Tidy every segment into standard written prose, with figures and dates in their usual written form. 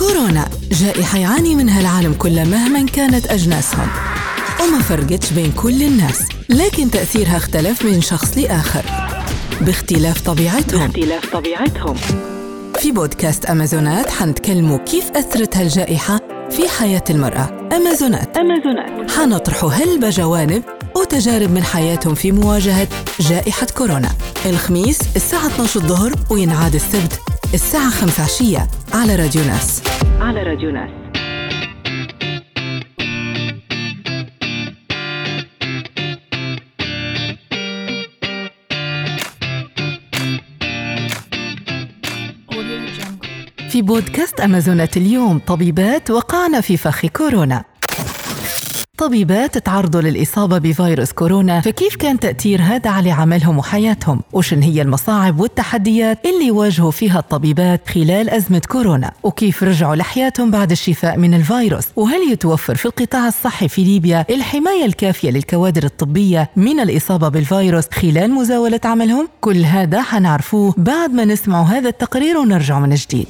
كورونا جائحة يعاني منها العالم كله مهما كانت أجناسهم، وما فرقتش بين كل الناس، لكن تأثيرها اختلف من شخص لآخر باختلاف طبيعتهم. في بودكاست أمازونات حنتكلموا كيف أثرت هالجائحة في حياة المرأة. أمازونات حنطرحوا هالجوانب وتجارب من حياتهم في مواجهة جائحة كورونا. الخميس الساعة 12 الظهر وينعاد السبت الساعة 5 عشية على راديو ناس. في بودكاست أمازونات اليوم طبيبات وقعنا في فخ كورونا. طبيبات تعرضوا للإصابة بفيروس كورونا، فكيف كان تأثير هذا على عملهم وحياتهم؟ وشن هي المصاعب والتحديات اللي واجهوا فيها الطبيبات خلال أزمة كورونا؟ وكيف رجعوا لحياتهم بعد الشفاء من الفيروس؟ وهل يتوفر في القطاع الصحي في ليبيا الحماية الكافية للكوادر الطبية من الإصابة بالفيروس خلال مزاولة عملهم؟ كل هذا حنعرفوه بعد ما نسمعوا هذا التقرير ونرجع من جديد.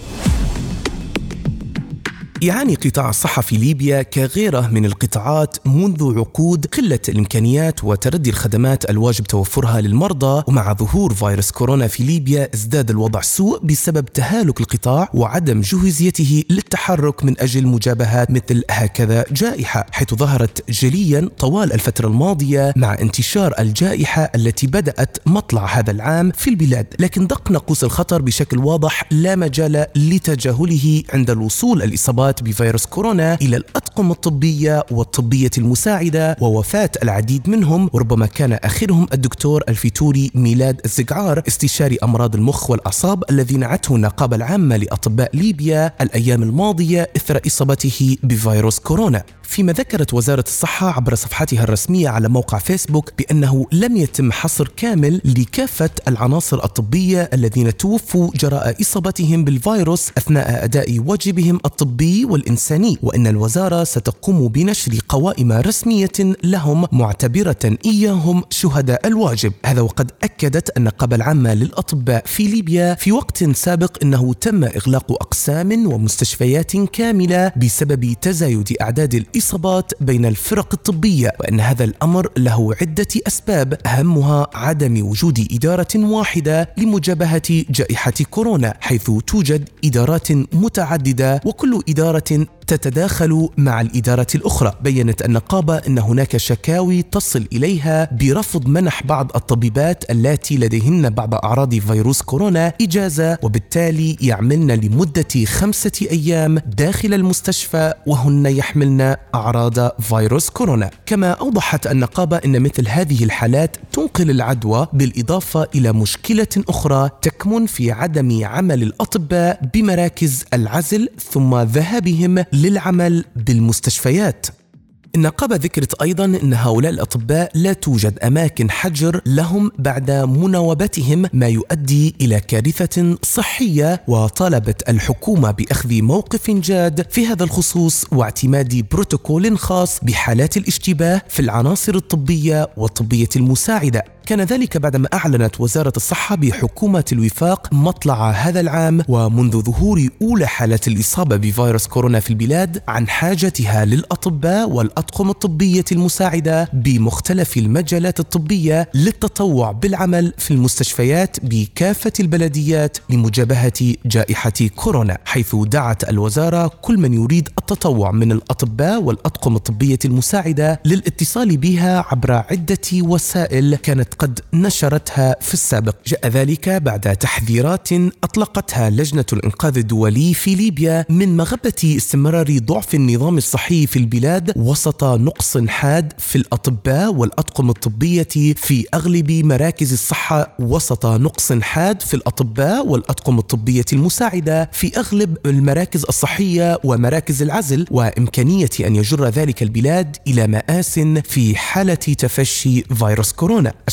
يعاني قطاع الصحة في ليبيا كغيره من القطاعات منذ عقود قلة الإمكانيات وتردي الخدمات الواجب توفرها للمرضى، ومع ظهور فيروس كورونا في ليبيا ازداد الوضع سوء بسبب تهالك القطاع وعدم جهوزيته للتحرك من أجل مجابهة مثل هكذا جائحة، حيث ظهرت جليا طوال الفترة الماضية مع انتشار الجائحة التي بدأت مطلع هذا العام في البلاد. لكن دق ناقوس الخطر بشكل واضح لا مجال لتجاهله عند الوصول الإصابات بفيروس كورونا إلى الأطقم الطبية والطبية المساعدة ووفاة العديد منهم، وربما كان آخرهم الدكتور الفيتوري ميلاد الزقعار استشاري أمراض المخ والأعصاب الذي نعته النقابة العامة لأطباء ليبيا الأيام الماضية إثر إصابته بفيروس كورونا. فيما ذكرت وزارة الصحة عبر صفحتها الرسمية على موقع فيسبوك بأنه لم يتم حصر كامل لكافة العناصر الطبية الذين توفوا جراء إصابتهم بالفيروس أثناء أداء واجبهم الطبي والإنساني، وأن الوزارة ستقوم بنشر قوائم رسمية لهم معتبرة إياهم شهداء الواجب. هذا وقد أكدت النقابة العامة للأطباء في ليبيا في وقت سابق أنه تم إغلاق أقسام ومستشفيات كاملة بسبب تزايد أعداد الإصابات بين الفرق الطبية، وأن هذا الأمر له عدة أسباب أهمها عدم وجود إدارة واحدة لمجابهة جائحة كورونا، حيث توجد إدارات متعددة وكل إدارة تتداخل مع الإدارة الأخرى. بيّنت النقابة أن هناك شكاوي تصل إليها برفض منح بعض الطبيبات اللاتي لديهن بعض أعراض فيروس كورونا إجازة، وبالتالي يعملن لمدة 5 أيام داخل المستشفى وهن يحملن أعراض فيروس كورونا. كما أوضحت النقابة أن مثل هذه الحالات تنقل العدوى، بالإضافة إلى مشكلة أخرى تكمن في عدم عمل الأطباء بمراكز العزل ثم ذهابهم للعمل بالمستشفيات. النقابة ذكرت أيضاً أن هؤلاء الأطباء لا توجد أماكن حجر لهم بعد مناوبتهم، ما يؤدي إلى كارثة صحية، وطالبت الحكومة بأخذ موقف جاد في هذا الخصوص واعتماد بروتوكول خاص بحالات الاشتباه في العناصر الطبية والطبية المساعدة. كان ذلك بعدما أعلنت وزارة الصحة بحكومة الوفاق مطلع هذا العام ومنذ ظهور أولى حالات الإصابة بفيروس كورونا في البلاد عن حاجتها للأطباء والأطقم الطبية المساعدة بمختلف المجالات الطبية للتطوع بالعمل في المستشفيات بكافة البلديات لمجابهة جائحة كورونا، حيث دعت الوزارة كل من يريد التطوع من الأطباء والأطقم الطبية المساعدة للاتصال بها عبر عدة وسائل كانت قد نشرتها في السابق. جاء ذلك بعد تحذيرات أطلقتها لجنة الإنقاذ الدولي في ليبيا من مغبة استمرار ضعف النظام الصحي في البلاد وسط نقص حاد في الأطباء والأطقم الطبية في أغلب مراكز الصحة، وسط نقص حاد في الأطباء والأطقم الطبية المساعدة في أغلب المراكز الصحية ومراكز العزل، وإمكانية أن يجر ذلك البلاد إلى مآس في حالة تفشي فيروس كورونا. أشار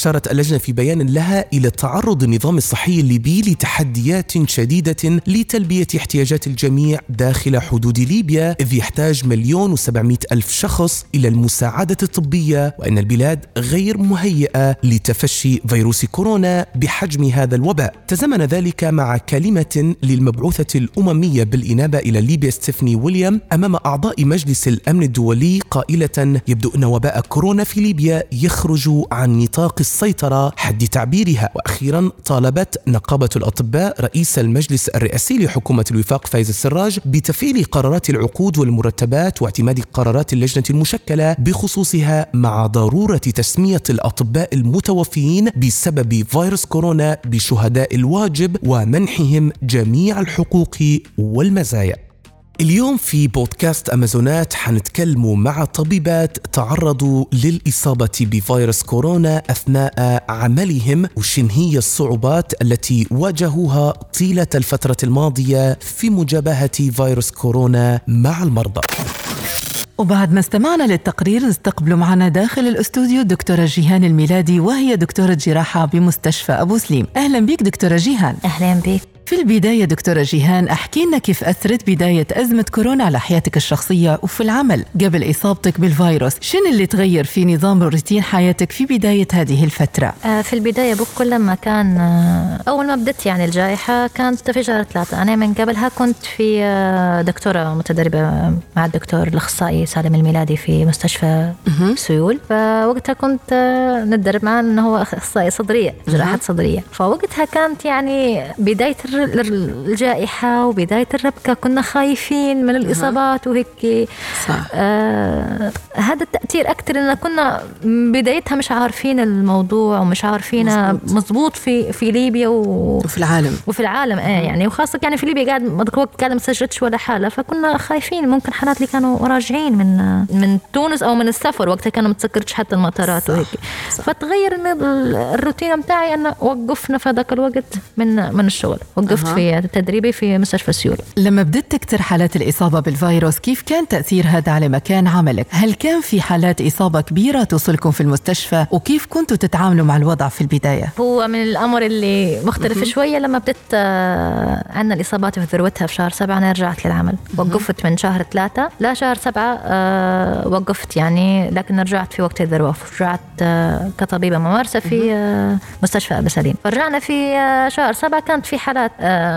أشارت اللجنة في بيان لها إلى تعرض النظام الصحي الليبي لتحديات شديدة لتلبية احتياجات الجميع داخل حدود ليبيا، إذ يحتاج 1,700,000 شخص إلى المساعدة الطبية، وأن البلاد غير مهيئة لتفشي فيروس كورونا بحجم هذا الوباء. تزامن ذلك مع كلمة للمبعوثة الأممية بالإنابة إلى ليبيا ستيفاني ويليام أمام أعضاء مجلس الأمن الدولي قائلة: يبدو أن وباء كورونا في ليبيا يخرج عن نطاق السيطرة حد تعبيرها. وأخيرا طالبت نقابة الأطباء رئيس المجلس الرئاسي لحكومة الوفاق فايز السراج بتفعيل قرارات العقود والمرتبات واعتماد قرارات اللجنة المشكلة بخصوصها، مع ضرورة تسمية الأطباء المتوفيين بسبب فيروس كورونا بشهداء الواجب ومنحهم جميع الحقوق والمزايا. اليوم في بودكاست أمازونات حنتكلموا مع طبيبات تعرضوا للإصابة بفيروس كورونا أثناء عملهم، وشن هي الصعوبات التي واجهوها طيلة الفترة الماضية في مجابهة فيروس كورونا مع المرضى. وبعد ما استمعنا للتقرير نستقبل معنا داخل الأستوديو الدكتورة جيهان الميلادي، وهي دكتورة جراحة بمستشفى أبو سليم. أهلا بك دكتورة جيهان. أهلا بك. في البداية دكتورة جيهان، أحكي لنا كيف أثرت بداية أزمة كورونا على حياتك الشخصية وفي العمل قبل إصابتك بالفيروس. شنو اللي تغير في نظام روتين حياتك في بداية هذه الفترة؟ في البداية بكل لما كان أول ما بدت يعني الجائحة كانت في شهر 3. أنا من قبلها كنت في دكتورة متدربة مع الدكتور الأخصائي سالم الميلادي في مستشفى سيول، فوقتها كنت نتدرب معه أنه هو أخصائي صدرية، جراحة صدرية. فوقتها كانت يعني بداية الجائحة وبداية الربكة، كنا خايفين من الإصابات وهيك. صح. هذا التأثير أكتر إننا كنا بدايتها مش عارفين الموضوع ومش عارفين مزبوط في ليبيا وفي العالم يعني، وخاصة يعني في ليبيا قاعد وقت قاعد مسجلتش ولا حالة، فكنا خايفين ممكن حالات اللي كانوا راجعين من تونس أو من السفر، وقتها كانوا متسكرتش حتى المطارات وهيك. فتغير الروتين متاعي أن وقفنا في ذاك الوقت من الشغل، وقفت في تدريبي في مستشفى سيول. لما بدت تكتر حالات الإصابة بالفيروس، كيف كان تأثير هذا على مكان عملك؟ هل كان في حالات إصابة كبيرة توصلكم في المستشفى؟ وكيف كنتوا تتعاملوا مع الوضع في البداية؟ هو من الأمر اللي مختلف شوية. لما بدت عنا الإصابات في ذروتها في شهر 7 أنا رجعت للعمل. وقفت من شهر 3 لا شهر 7 وقفت يعني، لكن رجعت في وقت الذروة. رجعت كطبيبة ممارسة في مستشفى أبو سليم. فرجعنا في شهر 7 كانت في حالات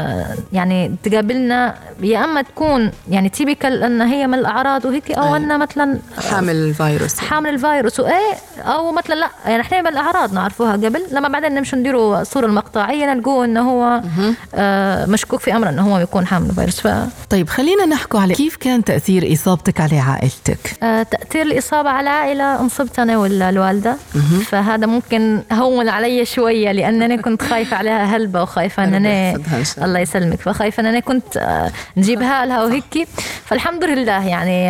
يعني تقابلنا، يا أما تكون يعني تيبيكال أن هي من الأعراض وهيك، أو أن مثلا حامل الفيروس أو مثلا لا يعني إحنا من الأعراض نعرفوها قبل، لما بعدين نمشي نديروا صورة المقطعية نلقوه أنه هو مشكوك في أمر أنه هو يكون حامل الفيروس. طيب خلينا نحكوا على كيف كان تأثير إصابتك على عائلتك. تأثير الإصابة على عائلة، انصبت أنا والوالدة. فهذا ممكن هون علي شوية، لأنني كنت خايفة عليها هلبة وخايفة أنني الله يسلمك، فخايفة أنني كنت نجيبها لها وهيك. فالحمد لله يعني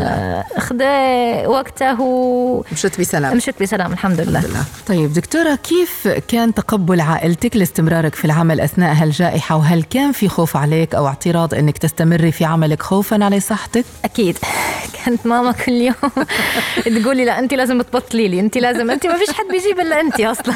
أخذ وقته ومشت بسلام الحمد لله. طيب دكتورة، كيف كان تقبل عائلتك لاستمرارك في العمل أثناء هالجائحة؟ وهل كان في خوف عليك أو اعتراض أنك تستمري في عملك خوفا على صحتك؟ أكيد. كانت ماما كل يوم تقولي لا أنت لازم تبطلي لي، أنت ما فيش حد بيجيب إلا أنت أصلا.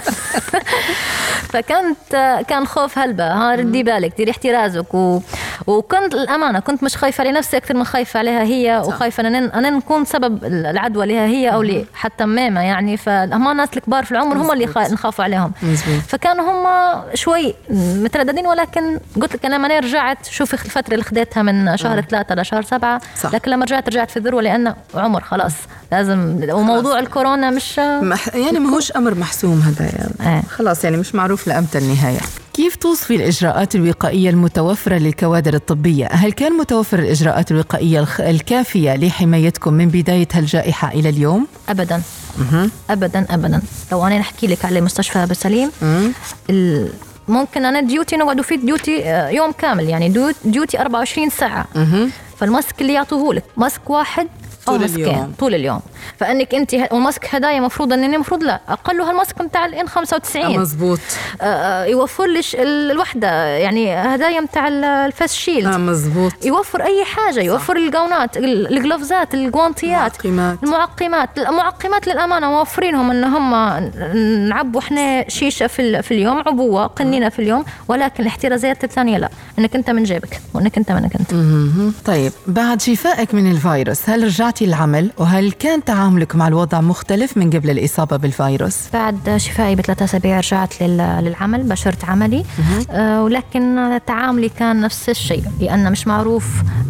كان خوف هلبة، ردي بالك ديري احترازك. وكنت الأمانة كنت مش خايفة على نفسي أكثر من خايفة عليها هي، وخايفة أن نكون سبب العدوى لها هي أو لي حتى ماما يعني. فهم الناس الكبار في العمر هم اللي نخافوا عليهم. فكانوا هم شوي مترددين، ولكن قلت لك أنا ما رجعت. شوفي الفترة اللي خديتها من شهر 3 لشهر 7، لكن لما رجعت في الذروة، لأن عمر خلاص لازم. وموضوع الكورونا مش يعني ما هوش أمر محسوم هذا يعني. خلاص يعني مش معروف لأمتى النهاية. كيف توصفي الإجراءات الوقائية المتوفرة للكوادر الطبية؟ هل كان متوفر الإجراءات الوقائية الكافية لحمايتكم من بداية هالجائحة إلى اليوم؟ أبداً. أبداً. لو أنا نحكي لك على مستشفى أبو سليم، ممكن أنا ديوتي نقعد في ديوتي يوم كامل، يعني ديوتي 24 ساعة. فالماسك اللي يعطوه لك ماسك واحد طول اليوم. فانك انت والماسك هدايا مفروض انني مفروض لا اقله هالماسك بتاع الان 95 مزبوط. يوفر ليش الوحده يعني هدايا بتاع الفاس شيلد مزبوط. يوفر اي حاجه، يوفر الجونات، الجلوفزات، الجوانتيات، المعقمات للامانه موفرينهم ان هم نعبوا احنا شيشه في اليوم، عبوه قنينه في اليوم، ولكن الاحترازات الثانيه لا، انك انت من جيبك وانك انت منك انت. طيب بعد شفائك من الفيروس هل رجعتي للعمل، وهل كان تعاملك مع الوضع مختلف من قبل الإصابة بالفيروس؟ بعد شفائي ب3 أسابيع رجعت للعمل، بشرت عملي. ولكن تعاملي كان نفس الشيء، لأن مش معروف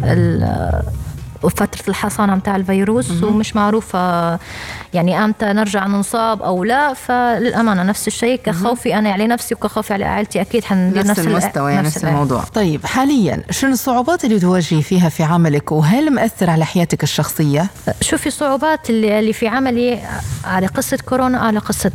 وفترة الحصانة متاع الفيروس ومش معروفة يعني أمتى نرجع ننصاب أو لا. فللأمانة نفس الشيء، كخوفي أنا على نفسي وكخوفي على عائلتي أكيد حندير نفس المستوى، نفس الموضوع. طيب حاليا شنو الصعوبات اللي تواجهي فيها في عملك، وهل مأثر على حياتك الشخصية؟ شوفي الصعوبات اللي في عملي على قصة كورونا، على قصة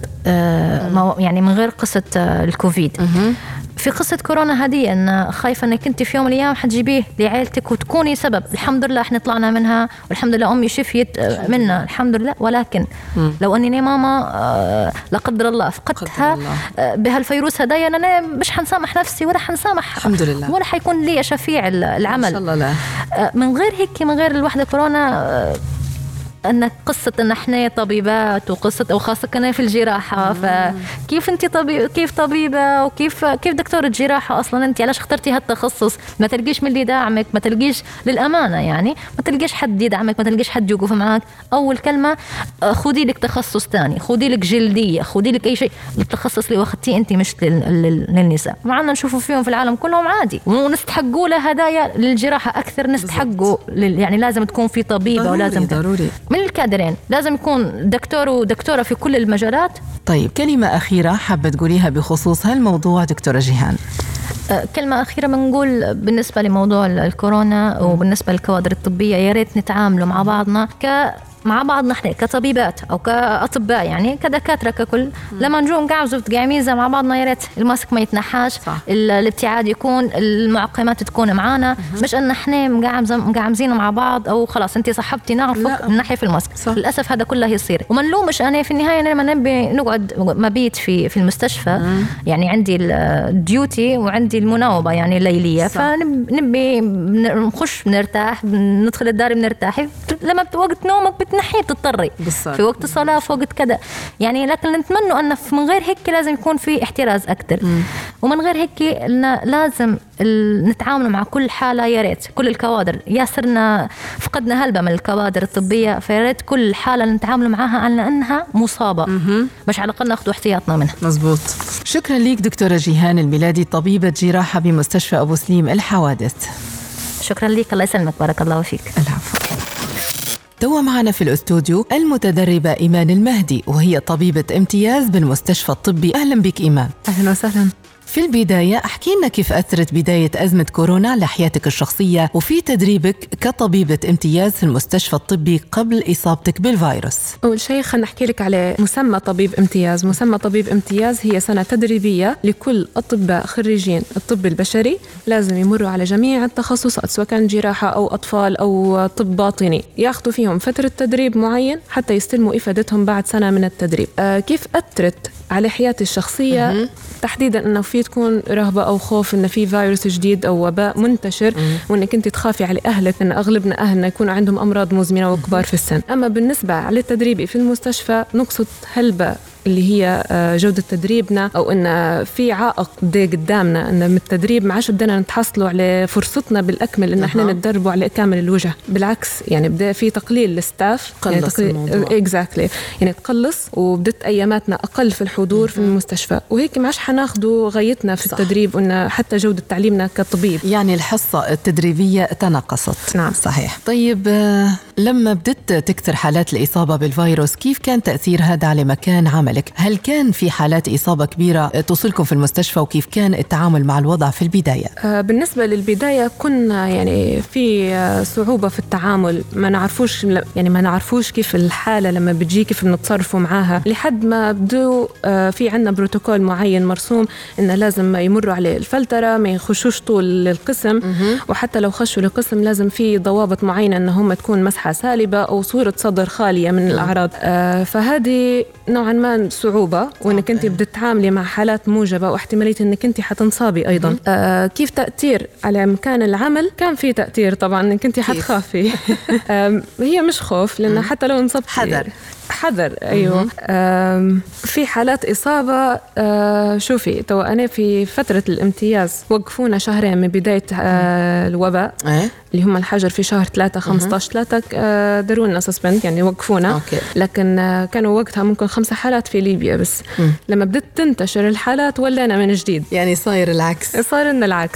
يعني من غير قصة الكوفيد. في قصة كورونا هذه أن خايفة أنك أنت في يوم من الأيام حتجيبيه لعائلتك وتكوني سبب. الحمد لله إحنا طلعنا منها، والحمد لله أمي شفيت منها الحمد لله. ولكن لو أني ماما لا قدر الله فقدتها بهالفيروس هذا، أنا مش حنسامح نفسي ولا حنسامح الحمد لله، ولا حيكون لي شفيع العمل إن شاء الله. لا من غير هيك، من غير الوحدة كورونا، أن قصة أن إحنا طبيبات وقصة أو خاصة كنا في الجراحة. فكيف أنت كيف طبيبة وكيف دكتورة جراحة أصلا أنت علاش اخترتي هالتخصص؟ ما تلقيش من اللي يدعمك، ما تلقيش للأمانة يعني ما تلقيش حد يدعمك، ما تلقيش حد يوقف معك. أول كلمة خدي لك تخصص تاني، خدي لك جلدية، خدي لك أي شيء. التخصص اللي واخدتيه أنت مش للنساء. معنا نشوفوا فيهم في العالم كلهم عادي، ونستحقوا له هدايا للجراحة أكثر. نستحقوا يعني لازم تكون في طبيبة ولازم ضروري من الكادرين، لازم يكون دكتور ودكتورة في كل المجالات. طيب كلمة أخيرة حابة تقوليها بخصوص هالموضوع دكتورة جيهان؟ كلمة أخيرة بنقول بالنسبة لموضوع الكورونا وبالنسبة للكوادر الطبية، يا ريت نتعاملوا مع بعضنا مع بعض نحن كطبيبات أو كأطباء، يعني كدكاترة ككل. لما نجوا نقعزوا ميزة مع بعضنا، يا ريت الماسك ما يتنحاش، الابتعاد يكون، المعقمات تكون معانا، مش أن احنا مقعمزين مع بعض أو خلاص أنت صاحبتي نعرفك من ناحية في الماسك. للأسف هذا كله يصير، وما نلومش. أنا في النهاية لما نبي نقعد مبيت في المستشفى، يعني عندي الديوتي وعندي المناوبة يعني الليلية، فنبي نخش بنرتاح، ندخل الدار بنرتاح. لما وقت نومك بتنحي بتضطري في وقت الصلاة، في وقت كذا يعني. لكن نتمنى أن من غير هيك لازم يكون في احتراز أكتر، ومن غير هيك لازم نتعامل مع كل حالة. يا ريت كل الكوادر، ياسرنا فقدنا هلبة من الكوادر الطبية، فيا ريت كل حالة نتعامل معها على أنها مصابة، مش على الأقل ناخذ احتياطنا منها. مزبوط. شكرا ليك دكتورة جيهان الميلادي، طبيبة جراحة بمستشفى أبو سليم الحوادث. شكرا ليك، الله يسلمك، بارك الله فيك. العفو. توا معنا في الاستوديو المتدربة إيمان المهدي، وهي طبيبة امتياز بالمستشفى الطبي. أهلا بك إيمان. أهلا وسهلا. في البداية احكي لنا كيف أثرت بداية أزمة كورونا لحياتك الشخصية وفي تدريبك كطبيبة امتياز في المستشفى الطبي قبل إصابتك بالفيروس. أول شيء خلنا نحكي لك على مسمى طبيب امتياز. مسمى طبيب امتياز هي سنة تدريبية لكل أطباء خريجين الطب البشري، لازم يمروا على جميع التخصصات سواء كان جراحة أو أطفال أو طب باطني، ياخذوا فيهم فترة تدريب معين حتى يستلموا إفادتهم بعد سنة من التدريب. كيف أثرت على حياتي الشخصية؟ تحديدا أنه في تكون رهبة أو خوف أن في فيروس جديد أو وباء منتشر، وأنك أنت تخافي على أهلك، أن أغلبنا أهلنا يكون عندهم أمراض مزمنة وكبار في السن. أما بالنسبة للتدريب في المستشفى نقصد هلبة اللي هي جودة تدريبنا، أو إن في عائق ده قدامنا أن من التدريب ما عادش بدنا نتحصلوا على فرصتنا بالأكمل إن إحنا نتدربوا على كامل الوجه. بالعكس يعني بدأ في تقليل للستاف، قلص يعني يعني تقلص، وبدت أياماتنا أقل في الحضور في المستشفى، وهيك ما عادش حناخدوا غايتنا في التدريب، وإن حتى جودة تعليمنا كطبيب يعني الحصة التدريبية تناقصت. نعم صحيح. طيب لما بدت تكثر حالات الإصابة بالفيروس، كيف كان تأثير هذا على مكان عملك؟ هل كان في حالات إصابة كبيرة توصلكم في المستشفى، وكيف كان التعامل مع الوضع في البداية؟ بالنسبة للبداية كنا يعني في صعوبة في التعامل، ما نعرفوش كيف الحالة لما بتجي كيف نتصرفوا معاها، لحد ما بدو في عنا بروتوكول معين مرسوم إن لازم يمروا عليه الفلترة، ما يخشوش طول القسم، وحتى لو خشوا القسم لازم في ضوابط معينة إن هم تكون مسحة كحة سالبة أو صورة صدر خالية من الأعراض. فهذه نوعا ما صعوبة، وإنك أنت بتتعاملي مع حالات موجبة واحتمالية إنك أنت حتنصابي أيضا. كيف تأثير على مكان العمل؟ كان في تأثير طبعا، إنك أنت حتخافي. هي مش خوف، لأن حتى لو انصبتي حذر. أيوة. في حالات إصابة. شوفي أنا في فترة الامتياز وقفونا شهرين من بداية الوباء اللي هم الحجر في شهر 3 15/3 دارونا سسبند، يعني وقفونا. لكن كانوا وقتها ممكن 5 حالات في ليبيا بس. لما بدت تنتشر الحالات ولينا من جديد، يعني صاير لنا العكس.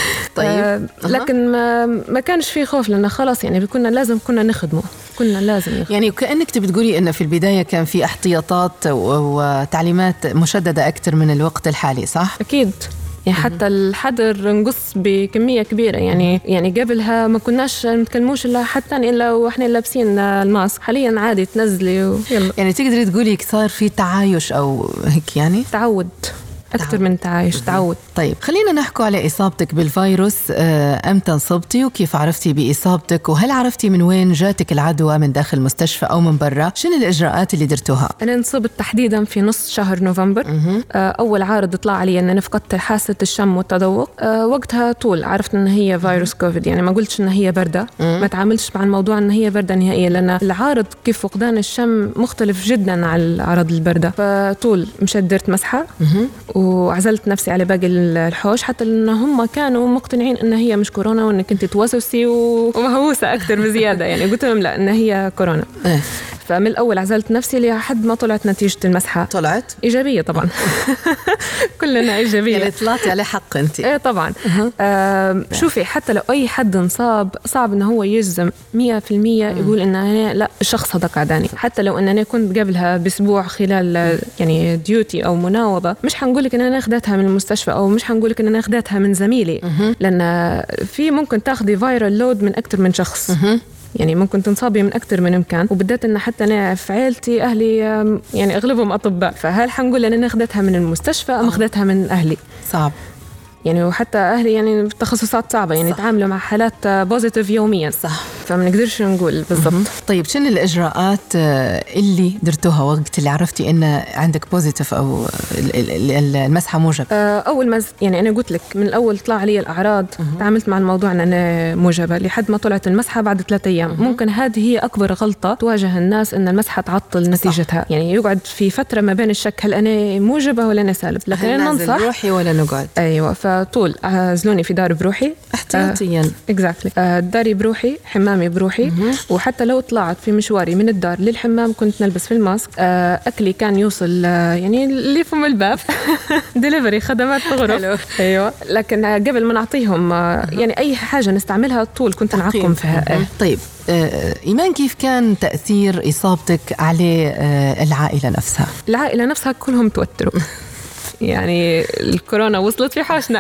طيب. لكن ما كانش في خوف، لأن خلاص يعني كنا نخدمه، كنا لازم يخدم. يعني كأنك تبي تقولي إن في البداية كان في احتياطات وتعليمات مشددة أكثر من الوقت الحالي، صح؟ أكيد. يعني حتى الحذر نقص بكمية كبيرة. يعني قبلها ما كناش نتكلموش إلا حتى إلا وإحنا لابسين الماسك. حاليا عادي تنزلي ويلا. يعني تقدري تقولي صار في تعايش أو هيك، يعني تعود أكثر من تعايش، تعود. طيب خلينا نحكي على إصابتك بالفيروس. أمتى انصبتي وكيف عرفتي بإصابتك، وهل عرفتي من وين جاتك العدوى، من داخل المستشفى أو من برا؟ شنو الإجراءات اللي درتوها؟ أنا انصبت تحديدا في نص شهر نوفمبر. أول عارض طلع علي أن أنا فقدت حاسة الشم والتذوق. وقتها طول عرفت أن هي فيروس كوفيد، يعني ما قلتش أن هي بردة. ما تعاملش مع الموضوع أن هي بردة نهائيا، لأن العارض كيف فقدان الشم مختلف جدا عن العرض البردة. فطول مشت درت مسحة وعزلت نفسي على باقي الحوش، حتى لأن هم كانوا مقتنعين أن هي مش كورونا وأنك أنت توسوسي ومهووسة أكتر بزيادة. يعني قلت لهم لا، أن هي كورونا. فمن الأول عزلت نفسي لحد ما طلعت نتيجة المسحة. طلعت إيجابية طبعا. كلنا إيجابية. يعني طلعتي على حق أنت. إيه طبعا. شوفي حتى لو أي حد انصاب صعب إنه هو يجزم 100% يقول إن أنا لا الشخص هذا قعداني. حتى لو إن أنا كنت قبلها بأسبوع خلال يعني ديوتي أو مناوبة، مش حنقولك إن أنا أخذتها من المستشفى أو مش حنقولك إن أنا أخذتها من زميلي. لأن في ممكن تاخذي فايرال لود من أكتر من شخص. يعني ممكن تنصابي من أكتر من مكان، وبدأت إن حتى أنا في عائلتي أهلي يعني أغلبهم أطباء. فهل حنقول إن أنا أخذتها من المستشفى أم أخذتها من أهلي؟ صعب يعني. وحتى أهلي يعني تخصصات صعبة، يعني يتعاملوا مع حالات بوزيتيف يوميا. صح. فما نقدرش نقول بالضبط. طيب شنو الإجراءات اللي درتوها وقت اللي عرفتي إن عندك بوزيتيف أو المسحة موجب؟ أول ما يعني أنا قلت لك من الأول طلع علي الأعراض، تعاملت مع الموضوع أن أنا موجبة لحد ما طلعت المسحة بعد 3 أيام. ممكن هذه هي أكبر غلطة تواجه الناس، إن المسحة تعطل نتيجتها. يعني يقعد في فترة ما بين الشك هل أنا موجبة ولا أنا سالب. لكن أنا ننصح روحي ولا نقعد. أيوة. فطول عزلوني في دار بروحي احتياطيا. داري بروحي، حمامي بروحي. وحتى لو طلعت في مشواري من الدار للحمام كنت نلبس في الماسك. أكلي كان يوصل يعني اللي فم الباب. ديليفري، خدمات تغرف. أيوة. لكن قبل ما نعطيهم يعني أي حاجة نستعملها طول كنت نعقم فيها. طيب إيمان، كيف كان تأثير إصابتك على العائلة نفسها؟ العائلة نفسها كلهم توتروا. يعني الكورونا وصلت في حاشنا.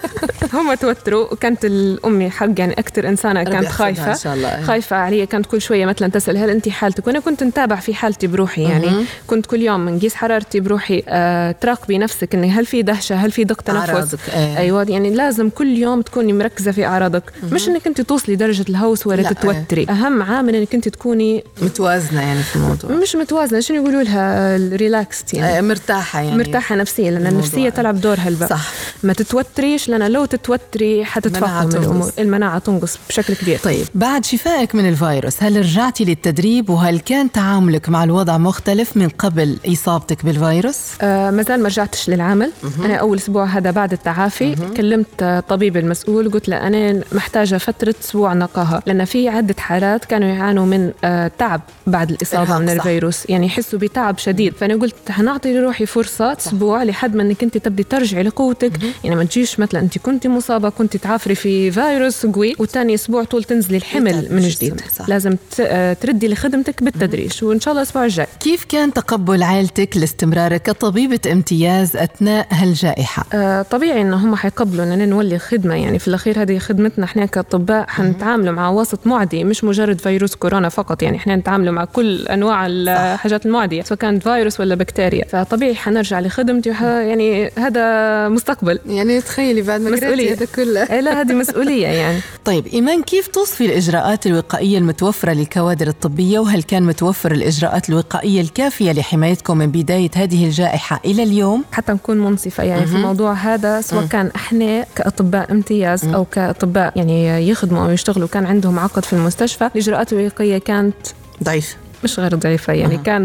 هم توتروا. وكانت الأمي حق يعني أكتر إنسانة كانت خايفة. خايفة علي. كانت كل شوية مثلا تسأل هل أنت حالتك، وأنا كنت نتابع في حالتي بروحي. يعني كنت كل يوم نقيس حرارتي بروحي. تراقبي نفسك إن هل في دهشة، هل في ضغط تنفس. أيوة. يعني لازم كل يوم تكوني مركزة في أعراضك. مش إنك أنت توصلي درجة الهوس ولا تتوتري. أهم عامل إنك أنت تكوني متوازنة يعني في الموضوع. مش متوازنة، شنو يقولوا لها الريلاكس يعني. مرتاحة يعني. مرتاحة نفسيا، لأن النفسية تلعب دورها الباء. صح. ما تتوتريش، لأن لو تتوتري حتتفاقم الأمور. المناعة تنقص بشكل كبير. طيب بعد شفائك من الفيروس هل رجعتي للتدريب، وهل كان تعاملك مع الوضع مختلف من قبل إصابتك بالفيروس؟ ما زال ما رجعتش للعمل. أنا أول أسبوع هذا بعد التعافي كلمت طبيب المسؤول، قلت له أنا محتاجة فترة أسبوع نقاهة، لأن في عدة حالات كانوا يعانوا من تعب بعد الإصابة من الفيروس، يعني يحسوا بتعب شديد. فأنا قلت هنعطي لروحي فرصة أسبوع لحد ما أنك أنت تبدي ترجعي لقوتك. يعني ما تجيش مثلا أنت كنت مصابة كنت تعافري في فيروس قوي وتاني أسبوع طول تنزلي الحمل من جديد. لازم تردي لخدمتك بالتدريج، وإن شاء الله الأسبوع الجاي. كيف كان تقبل عائلتك لاستمرارك كطبيبة امتياز أثناء هالجائحة؟ طبيعي إن هم حيقبلوا أننا نولي خدمة. يعني في الأخير هذه خدمتنا إحنا كأطباء حنتعاملوا مع وسط معدي، مش مجرد فيروس كورونا فقط. يعني إحنا نتعاملوا مع كل أنواع الحاجات المعدية، سواء كانت فيروس ولا بكتيريا. فطبيعي حنرجع لخدمتي يعني هذا مستقبل، يعني تخيلي بعد ما قرأتي هذا كله. لا هذه مسؤولية يعني. طيب إيمان، كيف توصفي الإجراءات الوقائية المتوفرة للكوادر الطبية، وهل كان متوفر الإجراءات الوقائية الكافية لحمايتكم من بداية هذه الجائحة إلى اليوم؟ حتى نكون منصفة يعني في الموضوع هذا، سواء كان إحنا كأطباء امتياز أو كأطباء يعني يخدموا أو يشتغلوا كان عندهم عقد في المستشفى، الإجراءات الوقائية كانت ضعيفة، مش غير ضعيفة يعني. كان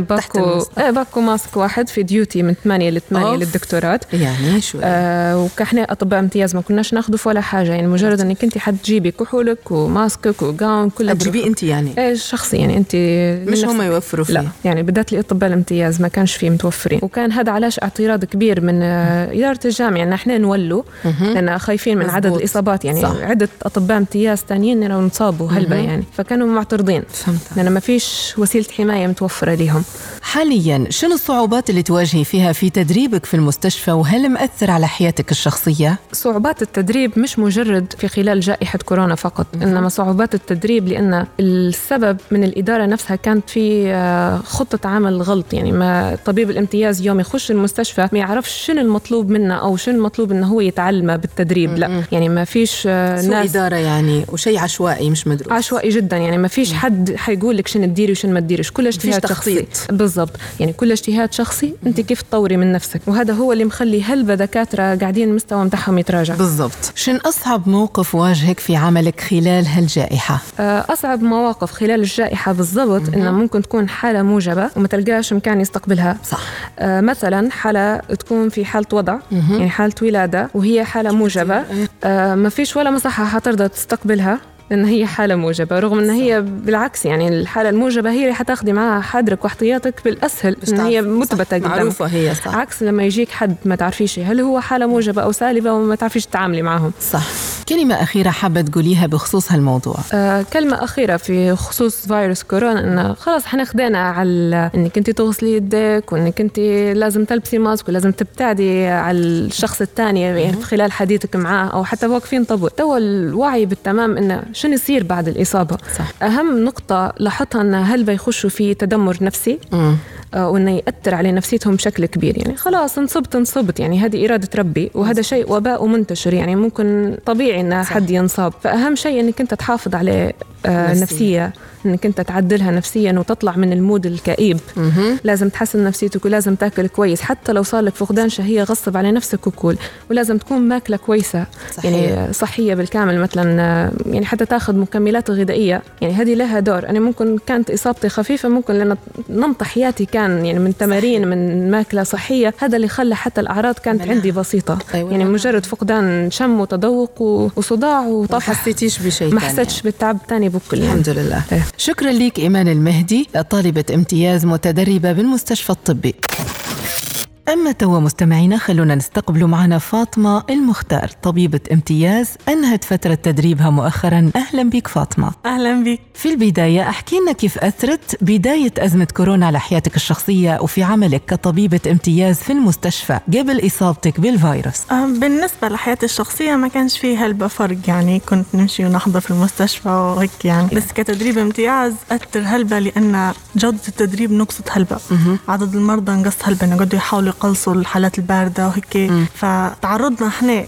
باكو ماسك واحد في ديوتي من 8 ل 8 للدكتورات يعني شو وكاحنا أطباء امتياز ما كناش ناخذ ولا حاجة يعني، مجرد أنك أنت حتجيبي كحولك وماسكك وجاون كله تجيبي أنت يعني شخصي يعني أنت مش هم يوفروا فيه. لا يعني بدأت لي أطباء الامتياز ما كانش فيه متوفرين، وكان هذا علاش اعتراض كبير من إدارة الجامعة أن احنا نولوا لأن خايفين من عدد الإصابات يعني. صح. عدة أطباء امتياز تانيين لو نصابوا هلبة يعني، فكانوا معترضين لأن ما فيش وسيلة حماية متوفرة لهم. حالياً شنو الصعوبات اللي تواجهي فيها في تدريبك في المستشفى، وهل مأثر على حياتك الشخصية؟ صعوبات التدريب مش مجرد في خلال جائحة كورونا فقط، إنما صعوبات التدريب لأن السبب من الإدارة نفسها كانت في خطة عمل غلط يعني. ما طبيب الامتياز يوم يخش المستشفى ما يعرفش شنو المطلوب منه أو شنو المطلوب إنه هو يتعلمه بالتدريب. لا يعني ما فيش ناس إدارة يعني، وشيء عشوائي مش مدروس، عشوائي جدا يعني. ما فيش حد حيقول لك شنو تديري وشنو ما تديرش، كل اجتهاد شخصي. بالضبط يعني كل اجتهاد شخصي. انت كيف تطوري من نفسك، وهذا هو اللي مخلي هلبة دكاترة قاعدين المستوى متاعهم يتراجع. بالضبط. شن أصعب موقف واجهك في عملك خلال هالجائحة؟ أصعب مواقف خلال الجائحة بالضبط إنه ممكن تكون حالة موجبة وما تلقاش مكان يستقبلها. صح. مثلا حالة تكون في حالة وضع يعني حالة ولادة وهي حالة موجبة، ما فيش ولا مصحة حترضى تستقبلها لأن هي حالة موجبة، رغم أن هي بالعكس يعني الحالة الموجبة هي اللي حتاخدي معها حذرك واحتياطك بالأسهل إن هي مثبتة قدامك. معروفة هي. صح. عكس لما يجيك حد ما تعرفيش هل هو حالة موجبة أو سالبة وما تعرفيش تتعاملي معهم. صح. كلمة أخيرة حابة تقوليها بخصوص هالموضوع؟ كلمة أخيرة في خصوص فيروس كورونا، إنه خلاص حنخدينا على إنك أنت تغسلي يدك وإنك أنت لازم تلبسي ماسك ولازم تبتعدي على الشخص الثاني يعني خلال حديثك معاه أو حتى واقفين طابور. تو الوعي بالتمام إنه شنو يصير بعد الإصابة. صح. أهم نقطة لاحظتها أن هل بيخشوا في تدمر نفسي وأنه يأثر على نفسيتهم بشكل كبير يعني. خلاص انصبت يعني هذه إرادة ربي، وهذا شيء وباء منتشر يعني ممكن طبيعي أن حد ينصاب. فأهم شيء أنك أنت تحافظ على نفسية، أنك أنت تعدلها نفسيا وتطلع من المود الكئيب. لازم تحسن نفسيتك ولازم تاكل كويس، حتى لو صار لك فقدان شهية غصب على نفسك وكل، ولازم تكون ماكلة كويسة. صحيح. يعني صحية بالكامل مثلا يعني حتى تاخذ مكملات غذائية يعني هذه لها دور. أنا ممكن كانت إصابتي خفيفة، ممكن لأن نمط حياتي كان يعني من تمارين. صحيح. من ماكلة صحية، هذا اللي خلى حتى الأعراض كانت عندي بسيطة. أيوة. يعني مجرد فقدان شم وتذوق وصداع وطفح، ما حسيتيش بشيء، ما حسيتش بالتعب تاني بكل يعني. الحمد لله. شكرا ليك إيمان المهدي، طالبة امتياز متدربة بالمستشفى الطبي. أما توا مستمعينا خلونا نستقبل معنا فاطمة المختار، طبيبة امتياز أنهت فترة تدريبها مؤخرا. أهلا بك فاطمة. أهلا بك. في البداية أحكي لنا كيف أثرت بداية أزمة كورونا على حياتك الشخصية وفي عملك كطبيبة امتياز في المستشفى قبل إصابتك بالفيروس. بالنسبة لحياتي الشخصية ما كانش فيه هلبة فرق يعني، كنت نمشي ونحضر في المستشفى وهيك يعني. بس كتدريب امتياز أثر هلبة لأن جودة التدريب نقصت هلبة. عدد المرضى نقص هلبة، نقدروا يحاولوا يقلصوا الحالات الباردة وهيك. فتعرضنا احنا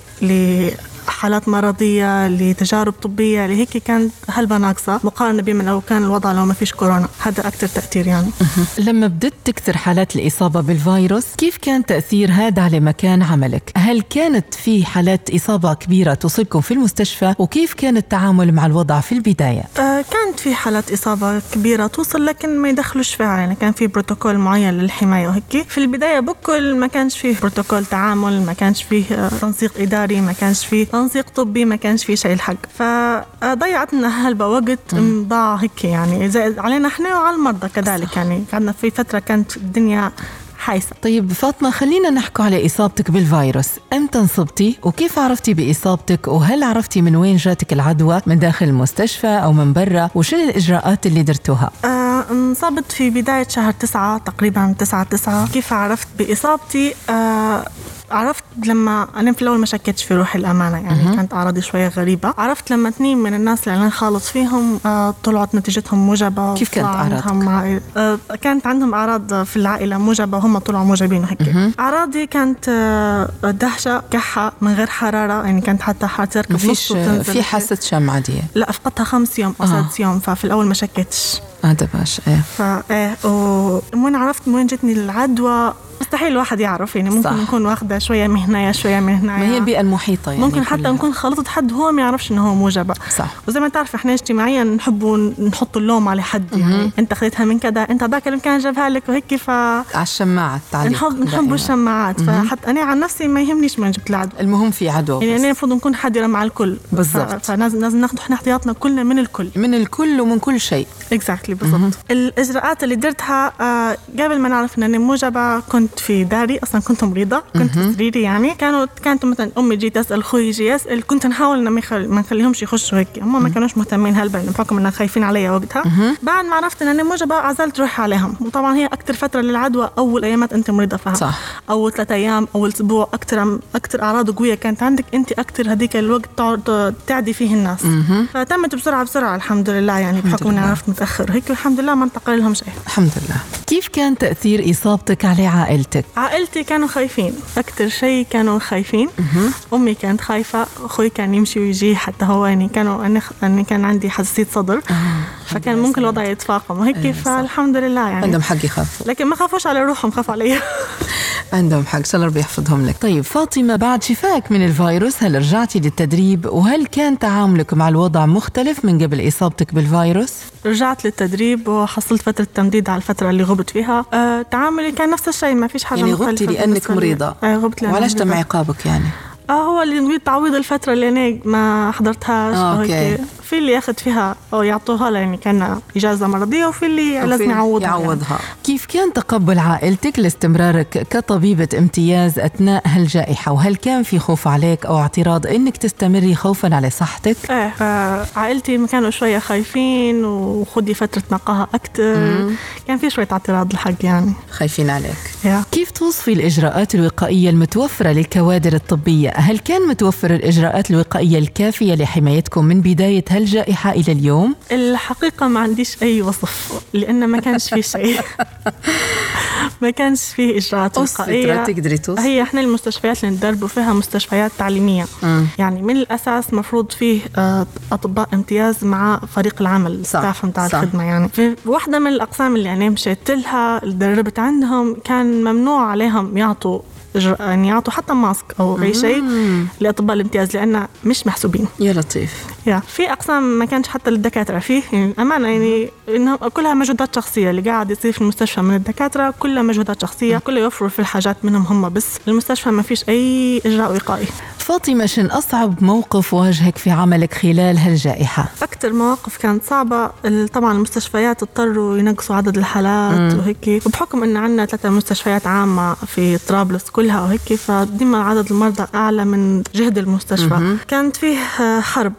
لحالات مرضية، لتجارب طبية لهيك كانت هلبة ناقصة مقارنة بما لو كان الوضع لو ما فيش كورونا. هذا أكتر تأثير يعني. لما بدت تكثر حالات الإصابة بالفيروس، كيف كان تأثير هذا على مكان عملك؟ هل كانت في حالات إصابة كبيرة تصيبكم في المستشفى، وكيف كان التعامل مع الوضع في البداية؟ كانت في حالات إصابة كبيرة توصل لكن ما يدخلوش فيها يعني. كان في بروتوكول معين للحماية وهيك. في البداية بكل ما كانش فيه بروتوكول تعامل، ما كانش فيه تنسيق إداري، ما كانش فيه تنسيق طبي، ما كانش فيه شيء الحق. فضيعتنا هلبة وقت ضاع هيك يعني، زائد علينا احنا وعلى المرضى كذلك. صح. يعني قعدنا في فترة كانت الدنيا حايسة. طيب فاطمة، خلينا نحكي على إصابتك بالفيروس. أمتى انصبتي وكيف عرفتي بإصابتك، وهل عرفتي من وين جاتك العدوى، من داخل المستشفى أو من برا، وشنو الإجراءات اللي درتوها؟ انصبت في بداية شهر 9 تقريبا 9/9. كيف عرفت بإصابتي؟ عرفت لما أنا في الأول ما شكتش في روحي الأمانة يعني كانت أعراضي شوية غريبة. عرفت لما 2 من الناس اللي أنا خالط فيهم طلعت نتيجتهم موجبة. كيف كانت أعراضك؟ كانت عندهم أعراض في العائلة موجبة وهم طلعوا موجبين وهيك. أعراضي كانت دهشة، كحة من غير حرارة، يعني كانت حتى حتركب مفيش في حاسة شم عادية؟ لا، فقدتها 5 يوم أو 6 يوم، ففي الأول ما شكتش. هذا باش ومن عرفت وين جتني العدوى مستحيل الواحد يعرف، يعني ممكن نكون واخدة شوية من هنا شوية من هنا، ما هي البيئة المحيطة يعني ممكن حتى نكون خلطت حد هو ما يعرفش انه هو موجبة. صح. وزي ما تعرف احنا اجتماعيا نحب نحط اللوم على حد، يعني انت خذيتها من كذا، انت ذاك اللي كان جابها لك وهيك، على الشماعات نحب الشماعات. فحتى انا عن نفسي ما يهمنيش من جبت العدوى، المهم في عدوى، يعني انا المفروض نكون حادرة مع الكل بالضبط. فلازم ناخذ احنا احتياطنا كلنا من الكل ومن كل شيء. اكزاكتلي بالضبط. الاجراءات اللي درتها قبل ما نعرف ان انا موجبة كنت في داري، اصلا كنت مريضة، كنت في سريري، يعني كانت مثلا امي جي تسال، خوي يجي يسال، كنت نحاول ان ما نخليهمش يخشوا هيك، هم ما كانوش مهتمين هالبا بحكم انهم خايفين عليا وقتها. بعد ما عرفت ان انا موجبة عزلت روحي عليهم، وطبعا هي اكثر فتره للعدوى اول ايامات انت مريضة فيها، صح. اول 3 ايام اول اسبوع اكثر اعراض قويه كانت عندك انت، اكثر هذيك الوقت تقعد تعدي فيه الناس. فتمت بسرعه الحمد لله، يعني بحكم اني عرفت متاخر هيك، والحمد لله ما انتقل لهم شيء الحمد لله. كيف كان تاثير اصابتك على عائلتك؟ عائلتي كانوا خايفين، اكثر شيء كانوا خايفين. امي كانت خايفه، اخوي كان يمشي ويجي، حتى هو يعني أنا كان عندي حساسيه صدر، فكان ممكن الوضع يتفاقم وهيك. فالحمد لله يعني عندهم حق يخافوا، لكن ما خافوش على روحهم، خافوا علي. عندهم حق، الله ربي يحفظهم لك. طيب فاطمة، بعد شفائك من الفيروس هل رجعتي للتدريب؟ وهل كان تعاملك مع الوضع مختلف من قبل إصابتك بالفيروس؟ رجعت للتدريب وحصلت فترة تمديد على الفترة اللي غبت فيها. تعاملي كان نفس الشيء، ما فيش حاجة مختلفة. يعني غبتي لأنك مريضة؟ غبت لأنك وعلاش تم عقابك يعني؟ هو اللي نريد تعويض الفترة اللي أنا ما حضرتهاش. في اللي ياخد فيها أو يعطوها له، يعني كان إجازة مرضية، وفي اللي لازم يعوضها. يعني. كيف كان تقبل عائلتك لاستمرارك كطبيبة امتياز أثناء هالجائحة؟ وهل كان في خوف عليك أو اعتراض إنك تستمري خوفا على صحتك؟ عائلتي ما كانوا شوية خايفين وخدي فترة نقاهة أكتر. كان في شوية اعتراض الحق، يعني خايفين عليك. كيف توصفي الإجراءات الوقائية المتوفرة للكوادر الطبية؟ هل كان متوفر الإجراءات الوقائية الكافية لحمايتكم من بداية هالجائحة إلى اليوم؟ الحقيقة ما عنديش أي وصف، لأن ما كانش فيه شيء. ما كانش فيه إجراءات وقائية. هي إحنا المستشفيات اللي ندربوا فيها مستشفيات تعليمية. يعني من الأساس مفروض فيه أطباء امتياز مع فريق العمل، ستاف متاع الخدمة. يعني في واحدة من الأقسام اللي أنا مشيت لها اللي دربت عندهم كان ممنوع عليهم يعطوا حتى ماسك أو أي شيء لأطباء الامتياز، لأننا مش محسوبين. يا لطيف. في أقسام ما كانش حتى للدكاترة فيه، يعني أمانة، يعني إنها كلها مجهودات شخصية اللي قاعد يصير في المستشفى من الدكاترة، كلها مجهودات شخصية، كله يوفروا في الحاجات منهم هم، بس المستشفى ما فيش أي إجراء وقائي. فاطمة، شن أصعب موقف واجهك في عملك خلال هالجائحة؟ أكتر مواقف كانت صعبة طبعا المستشفيات اضطروا ينقصوا عدد الحالات وهيك، وبحكم إن عندنا 3 مستشفيات عامة في طرابلس كلها وهيك، فديما عدد المرضى أعلى من جهد المستشفى. كانت فيه حرب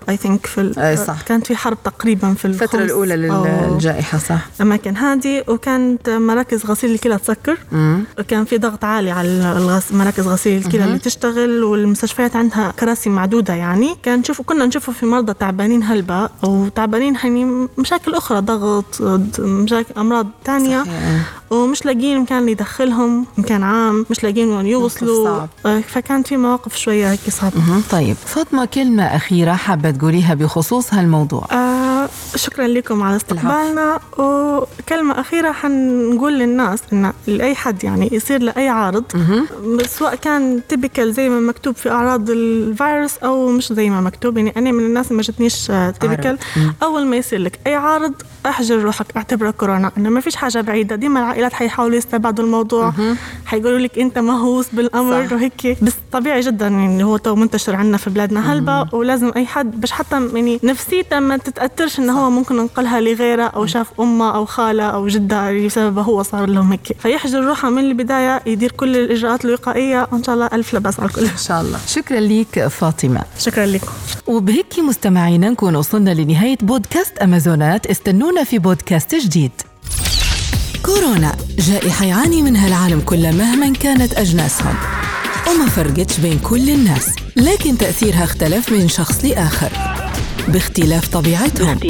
صح. كانت في حرب تقريبا في الفترة الأولى للجائحة، صح. أماكن هذه، وكانت مراكز غسيل الكلى تسكر، وكان في ضغط عالي على مراكز غسيل الكلى اللي تشتغل، والمستشفيات عندها كراسي معدودة. يعني كنا نشوفه في مرضى تعبانين هلبة أو تعبانين يعني مشاكل أخرى، ضغط، مشاكل أمراض تانية، ومش لاقين مكان يدخلهم، مكان عام مش لاقين وين يوصلوا. فكانت في مواقف شوية هيك صعبة. طيب فاطمة، كلمة أخيرة حابة تقوليها بخصوص هالموضوع؟ شكرا لكم على استقبالنا. وكلمة أخيرة حنقول للناس إن لأي حد يعني يصير لأي عارض، سواء كان تيبيكال زي ما مكتوب في أعراض الفيروس أو مش زي ما مكتوب. يعني أنا من الناس ما جتنيش تيبيكال. أول ما يصير لك أي عارض احجر روحك، اعتبره كورونا، إنه ما فيش حاجة بعيدة. ديما العائلات حيحاولوا يستبعدوا الموضوع، حيقولوا لك أنت مهووس بالأمر وهيك، بس طبيعي جدا يعني هو تو منتشر عندنا في بلادنا هلبة، ولازم أي حد باش حتى يعني نفسيته ما تتأثرش إنه هو ممكن ننقلها لغيره أو شاف أمه أو خالة أو جدة بسببه هو صار لهم هيك. فيحجر روحه من البداية، يدير كل الإجراءات الوقائية، وإن شاء الله ألف لا بأس على الكل. إن شاء الله. شكرا ليك فاطمة. شكرا لكم. وبهيك مستمعينا نكون وصلنا لنهاية بودكاست أمازونات. استنونا في بودكاست جديد. كورونا جائحة يعاني منها العالم كله مهما كانت أجناسهم. وما فرقتش بين كل الناس، لكن تأثيرها اختلف من شخص لآخر باختلاف طبيعتهم.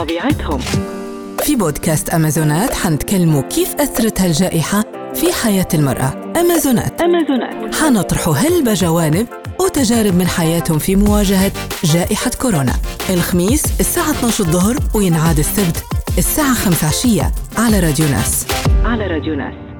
في بودكاست أمازونات حنتكلموا كيف أثرت هالجائحة في حياة المرأة. أمازونات حنطرحوا هلبة جوانب وتجارب من حياتهم في مواجهة جائحة كورونا. الخميس الساعة 12 الظهر وينعاد السبت الساعة 5 عشية على راديو ناس.